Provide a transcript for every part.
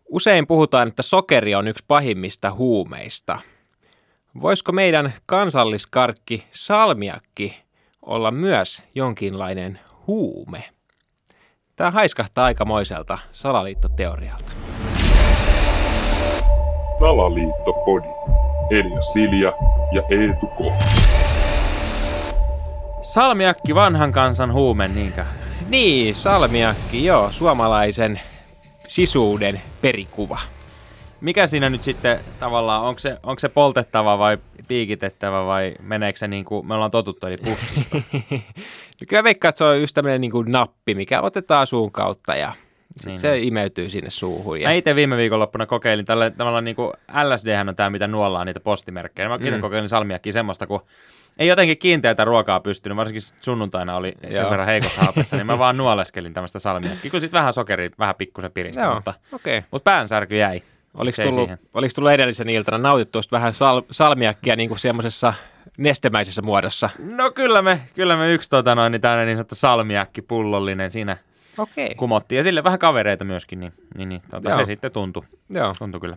Usein puhutaan, että sokeri on yksi pahimmista huumeista. Voisiko meidän kansalliskarkki salmiakki olla myös jonkinlainen huume? Tämä haiskahtaa aikamoiselta salaliittoteorialta. Salaliittopodi. Elia Silja ja Eetu K. Salmiakki vanhan kansan huume, niinkö? Niin, salmiakki, joo, suomalaisen sisuuden perikuva. Mikä siinä nyt sitten tavallaan, onko se poltettava vai piikitettävä vai meneekö se niin kuin me ollaan totuttu, eli pussista? No kyllä veikkaan, että se on just tämmöinen niin kuin nappi, mikä otetaan suun kautta ja niin se imeytyy sinne suuhun. Mä itse viime viikonloppuna kokeilin, tällä tavallaan niin kuin LSDhän on tämä, mitä nuollaan niitä postimerkkejä. Mä itse kokeilin salmiakkiä semmoista, kun ei jotenkin kiinteätä ruokaa pystynyt, varsinkin sunnuntaina oli sen verran heikossa hapessa, niin mä vaan nuoleskelin tämmöistä salmiakkiä. Kyllä sitten vähän sokeri, vähän pikkusen piristä, mutta päänsärky jäi. Oliko tullut edellisen iltana nautittu vähän salmiakkia niin kuin semmoisessa nestemäisessä muodossa? No kyllä me yksi niin sanottu salmiakki pullollinen siinä kumottiin. Ja sille vähän kavereita myöskin, niin se sitten tuntui kyllä.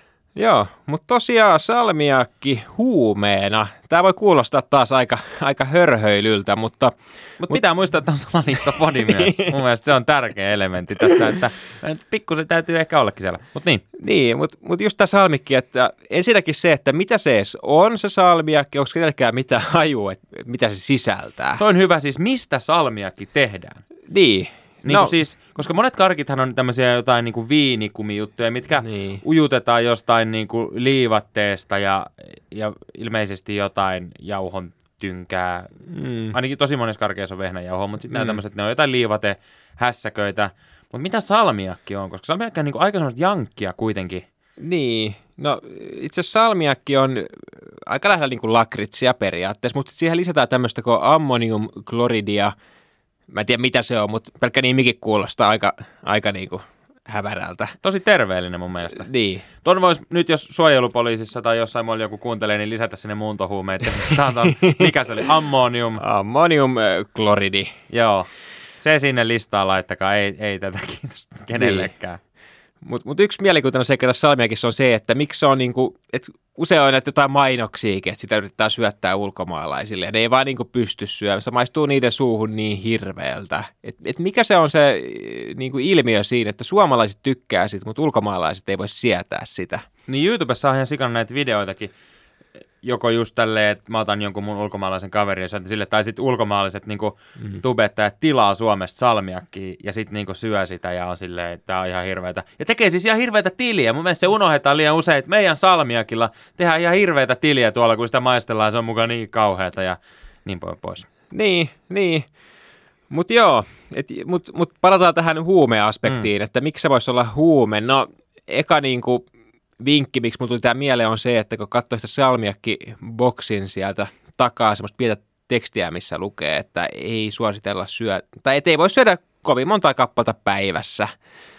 Joo, mutta tosiaan salmiakki huumeena. Tämä voi kuulostaa taas aika hörhöilyltä, mutta pitää muistaa, että on salaliittopodi myös. Mun mielestä se on tärkeä elementti tässä, että pikkusen täytyy ehkä ollakin siellä, mutta niin. Niin, mutta just tämä salmiakki, että ensinnäkin se, että mitä se edes on se salmiakki, onko kenelläkään mitään hajua, että mitä se sisältää. Toi on hyvä, siis mistä salmiakki tehdään? Niin. Siis, koska monet karkithan on tämmöisiä jotain niin kuin viinikumijuttuja, mitkä ujutetaan jostain niin kuin liivatteesta ja ilmeisesti jotain jauhon tynkää. Ainakin tosi monessa karkeissa on vehnäjauhoa, mutta sitten nämä tämmöiset, ne on jotain liivatehässäköitä. Mutta mitä salmiakki on? Koska salmiakki on niin kuin aika semmoista jankkia kuitenkin. Niin, no itse asiassa salmiakki on aika lähellä niin kuin lakritsia periaatteessa, mutta siihen lisätään tämmöistä kuin ammoniumkloridia. Mä en tiedä mitä se on, mutta pelkkä nimikin kuulostaa aika niinku hämärältä. Tosi terveellinen mun mielestä. Niin. Tuon voisi nyt, jos suojelupoliisissa tai jossain muualla joku kuuntelee, niin lisätä sinne muuntohuumeet. Mikä se oli? Ammoniumkloridi. Joo. Se sinne listaan laittakaa. Ei tätä kiitosta kenellekään. Niin. Mutta yksi mielenkiintoinen seikka tässä salmiakissa on se, että miksi se on niinku, että usein on näitä jotain mainoksiakin, että sitä yritetään syöttää ulkomaalaisille ja ne ei vaan niinku pysty syömään. Se maistuu niiden suuhun niin hirveältä. Et mikä se on se niinku ilmiö siinä, että suomalaiset tykkää sitä, mutta ulkomaalaiset ei voi sietää sitä. Niin YouTubessa on ihan sikana näitä videoitakin. Joko just tälleen, että mä otan jonkun mun ulkomaalaisen kaverin ja syötän sille, tai sitten ulkomaalaiset niinku tubettajat tilaa Suomesta salmiakkia ja sitten niinku syö sitä ja on silleen, että tää on ihan hirveätä. Ja tekee siis ihan hirveätä tiliä. Mun mielestä se unohdetaan liian usein, että meidän salmiakilla tehdään ihan hirveätä tiliä tuolla, kun sitä maistellaan, se on mukaan niin kauheata ja niin pois. Niin. Mutta joo, mut palataan tähän huumeaspektiin, että miksi se voisi olla huume. No eka niinku vinkki, miksi mulla tuli tämä mieleen, on se, että kun katsoo sitä salmiakki-boksin sieltä takaa semmoista pientä tekstiä, missä lukee, että ei suositella tai ei voi syödä kovin monta kappaletta päivässä.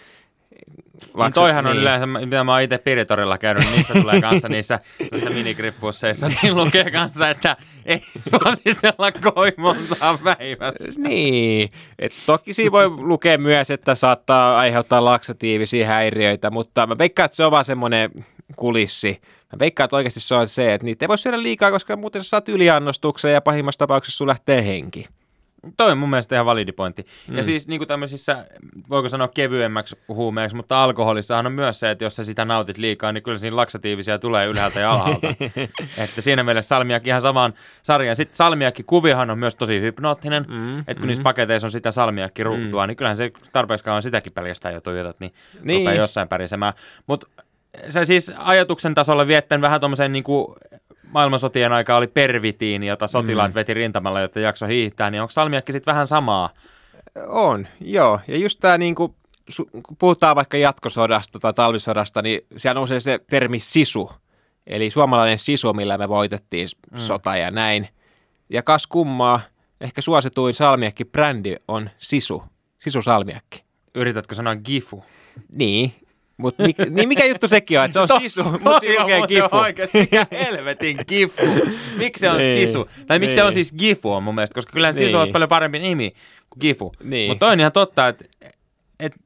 Niin toihan on yleensä, mitä mä oon itse Piritorilla käynyt, niin niissä tulee kanssa niissä minigrippusseissa, niin lukee kanssa, että ei suositella kovin montaa päivässä. Niin, toki siinä voi lukea myös, että saattaa aiheuttaa laksatiivisia häiriöitä, mutta mä veikkaan, että se on vaan semmoinen kulissi. Mä veikkaan, että oikeasti se on se, että niitä ei voi syödä liikaa, koska muuten sä saat yliannostuksen ja pahimmassa tapauksessa sun lähtee henki. Toi on mun mielestä ihan validi pointti. Ja siis niin kuin tämmöisissä, voiko sanoa kevyemmäksi huumeeksi, mutta alkoholissahan on myös se, että jos sä sitä nautit liikaa, niin kyllä siinä laksatiivisia tulee ylhäältä ja alhaalta. Että siinä mielessä salmiakki ihan samaan sarjaan. Sitten salmiakki-kuvihan on myös tosi hypnoottinen, että kun niissä paketeissa on sitä salmiakki-ruutua, niin kyllähän se tarpeeksi kauan sitäkin pelkästään jo tuijotat, niin rupeaa jossain pärisemään. Mutta se siis ajatuksen tasolla vietten vähän tuommoisen niinku maailmansotien aikaa oli pervitiini, jota sotilaat veti rintamalla, jotta jakso hiihtää, niin onko salmiakki sitten vähän samaa? On, joo. Ja just tämä, kun puhutaan vaikka jatkosodasta tai talvisodasta, niin siellä nousee se termi sisu. Eli suomalainen sisu, millä me voitettiin sota ja näin. Ja kas kummaa, ehkä suosituin salmiakki-brändi on Sisu. Sisu salmiakki. Yritätkö sanoa Gifu? Niin. Mutta mikä juttu sekin on, että se on sisu, mutta siinä lukee gifu. Oikeasti, mikä helvetin gifu. Miksi se on sisu? Tai miksi se on siis gifu on mun mielestä, koska kyllähän sisu olisi paljon parempi nimi kuin gifu. Mutta on ihan totta, että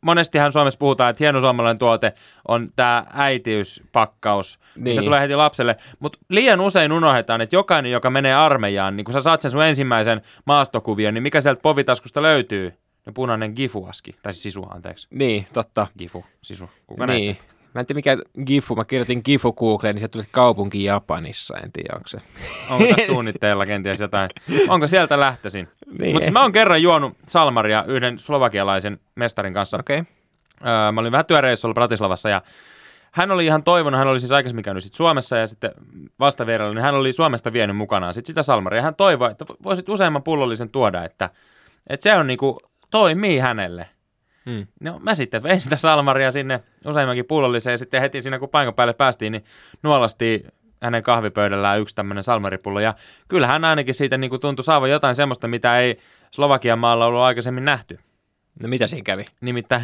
monestihan Suomessa puhutaan, että hieno suomalainen tuote on tämä äitiyspakkaus, niin se tulee heti lapselle. Mutta liian usein unohdetaan, että jokainen, joka menee armeijaan, niin kun sä saat sen sun ensimmäisen maastokuvion, niin mikä sieltä povitaskusta löytyy? No punainen gifuaski, tai siis sisu, anteeksi. Niin, totta. Gifu, sisu, kuka niin. näistä? Mä en tiedä mikä Gifu, mä kirjoitin Gifu Googleen, niin se tuli kaupunki Japanissa, en tiedä onko se. Onko tässä suunnitteilla kenties jotain? Onko sieltä lähtöisin? Niin. Mutta mä oon kerran juonut salmaria yhden slovakialaisen mestarin kanssa. Okei. Mä olin vähän työreissulla Bratislavassa ja hän oli ihan toivonut, hän oli siis aikaisemmin käynyt sit Suomessa ja sitten vastavierailla, niin hän oli Suomesta vienyt mukanaan sit sitä salmaria. Hän toivoi, että voisit useamman pullollisen tuoda, että se on niinku, toimii hänelle. No mä sitten vein sitä salmaria sinne useimmankin pullolliseen ja sitten heti siinä kun paikan päälle päästiin, niin nuolastiin hänen kahvipöydällään yksi tämmöinen salmaripullo ja kyllä hän ainakin siitä niin kuin tuntui saavan jotain semmoista, mitä ei Slovakian maalla ollut aikaisemmin nähty. No mitä siinä kävi? Nimittäin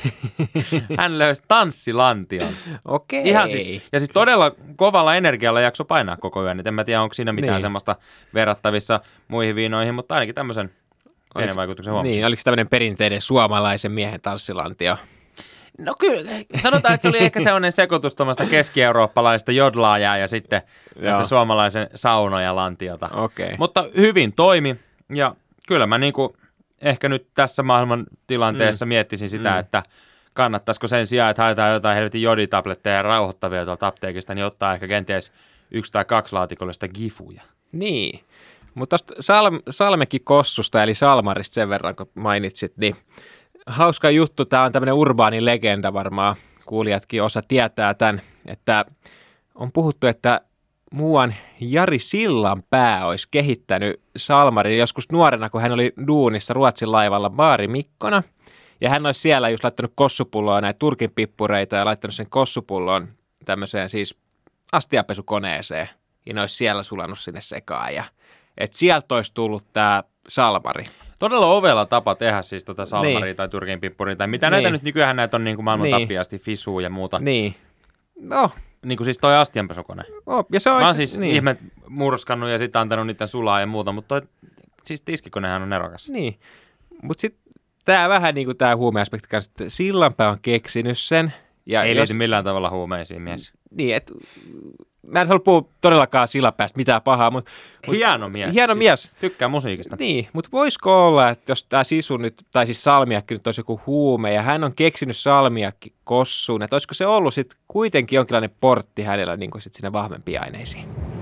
hän löysi tanssilantion. Okei. Ihan siis, ja siis todella kovalla energialla jakso painaa koko yön, en mä tiedä onko siinä mitään semmoista verrattavissa muihin viinoihin, mutta ainakin tämmöisen pienen vaikutuksen huomasin. Niin, oliko tämmöinen perinteinen suomalaisen miehen tanssilantio? No kyllä, sanotaan, että se oli ehkä sellainen sekoitus tuommoista keski-eurooppalaista jodlaajaa ja sitten suomalaisen saunoja lantiota. Okay. Mutta hyvin toimi ja kyllä mä niinku ehkä nyt tässä maailman tilanteessa miettisin sitä, että kannattaisiko sen sijaan, että haetaan jotain helvetin joditabletteja ja rauhoittavia tuolta apteekista, niin ottaa ehkä kenties 1 tai 2 laatikollista gifuja. Niin, mutta tuosta Salmeki-kossusta eli salmarista sen verran, kun mainitsit, niin hauska juttu, tämä on tämmöinen urbaani legenda varmaan, kuulijatkin osa tietää tämän, että on puhuttu, että muuan Jari Sillanpää olisi kehittänyt salmarin joskus nuorena, kun hän oli duunissa Ruotsin laivalla baarimikkona, ja hän olisi siellä just laittanut kossupulloon näitä Turkin pippureita ja laittanut sen kossupulloon tämmöiseen siis astiapesukoneeseen, ja ne olisi siellä sulanut sinne sekaan, ja että sieltä olisi tullut tämä salmari. Todella ovela tapa tehdä siis salmaria tai Turkin pippuria, tai mitä näitä nyt nykyään näitä on niin kuin maailman tappiasti, fisua ja muuta. Niin, no. Niin kuin siis toi astianpesukone. Ja se on mä oon siis ihme murskannut ja sitten antanut niiden sulaa ja muuta, mutta toi siis tiskikonehan on nerokas. Niin, mutta sitten tämä vähän niin kuin tämä huumeaspekti kanssa, että Sillanpää on keksinyt sen. Ja ei liity millään tavalla huumeisiin, mies. Niin, että mä en halua puhua todellakaan Sillanpäästä mitään pahaa, mutta hieno mies. Hieno mies. Tykkää musiikista. Niin, mutta voisiko olla, että jos tämä sisu nyt, tai siis salmiakki nyt olisi joku huume, ja hän on keksinyt salmiakki kossuun, että olisiko se ollut sitten kuitenkin jonkinlainen portti hänellä niin kuin sit sinne vahvempiin aineisiin?